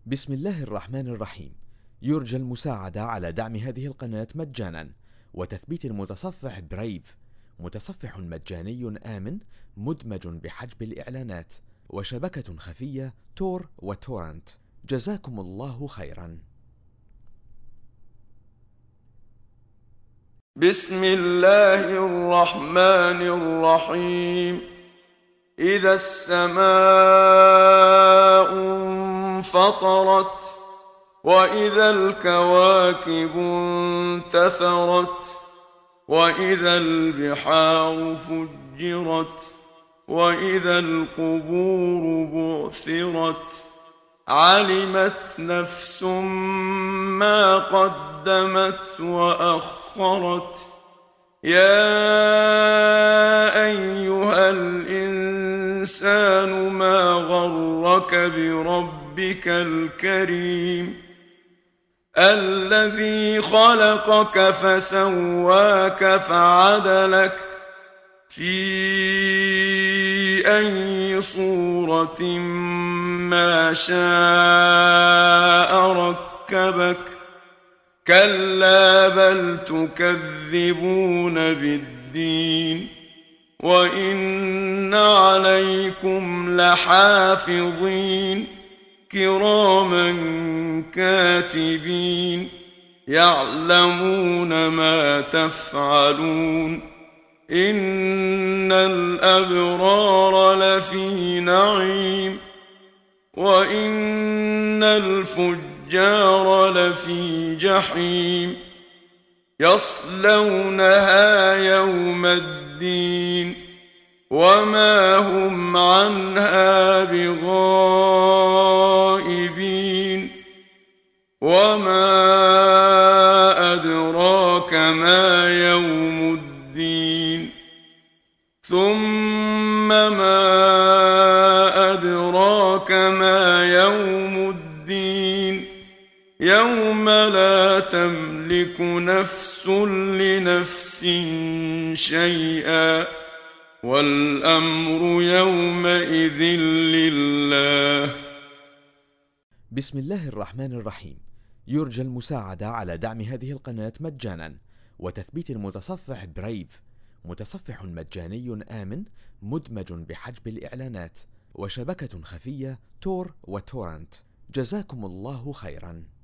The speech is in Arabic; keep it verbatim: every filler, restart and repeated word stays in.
بسم الله الرحمن الرحيم. يرجى المساعدة على دعم هذه القناة مجانا وتثبيت المتصفح برايف، متصفح مجاني آمن مدمج بحجب الإعلانات وشبكة خفية تور وتورنت. جزاكم الله خيرا. بسم الله الرحمن الرحيم. إذا السماء انفطرت وإذا الكواكب انتثرت وإذا البحار فجرت وإذا القبور بعثرت علمت نفس ما قدمت وأخرت. يا أيها الإنسان ما غرك بربك الكريم الذي خلقك فسواك فعدلك في أي صورة ما شاء ركبك. كلا بل تكذبون بالدين وإن عليكم لحافظين كراما كاتبين يعلمون ما تفعلون. إن الأبرار لفي نعيم وإن الفجار لفي جحيم يصلونها يوم الدين وما هم عنها بغائبين. وما أدراك ما يوم الدين ثم ما أدراك ما يوم الدين يوم لا تملك نفس لنفس شيئا والأمر يومئذ لله. بسم الله الرحمن الرحيم. يرجى المساعدة على دعم هذه القناة مجانا وتثبيت المتصفح برايف، متصفح مجاني آمن مدمج بحجب الإعلانات وشبكة خفية تور وتورنت. جزاكم الله خيرا.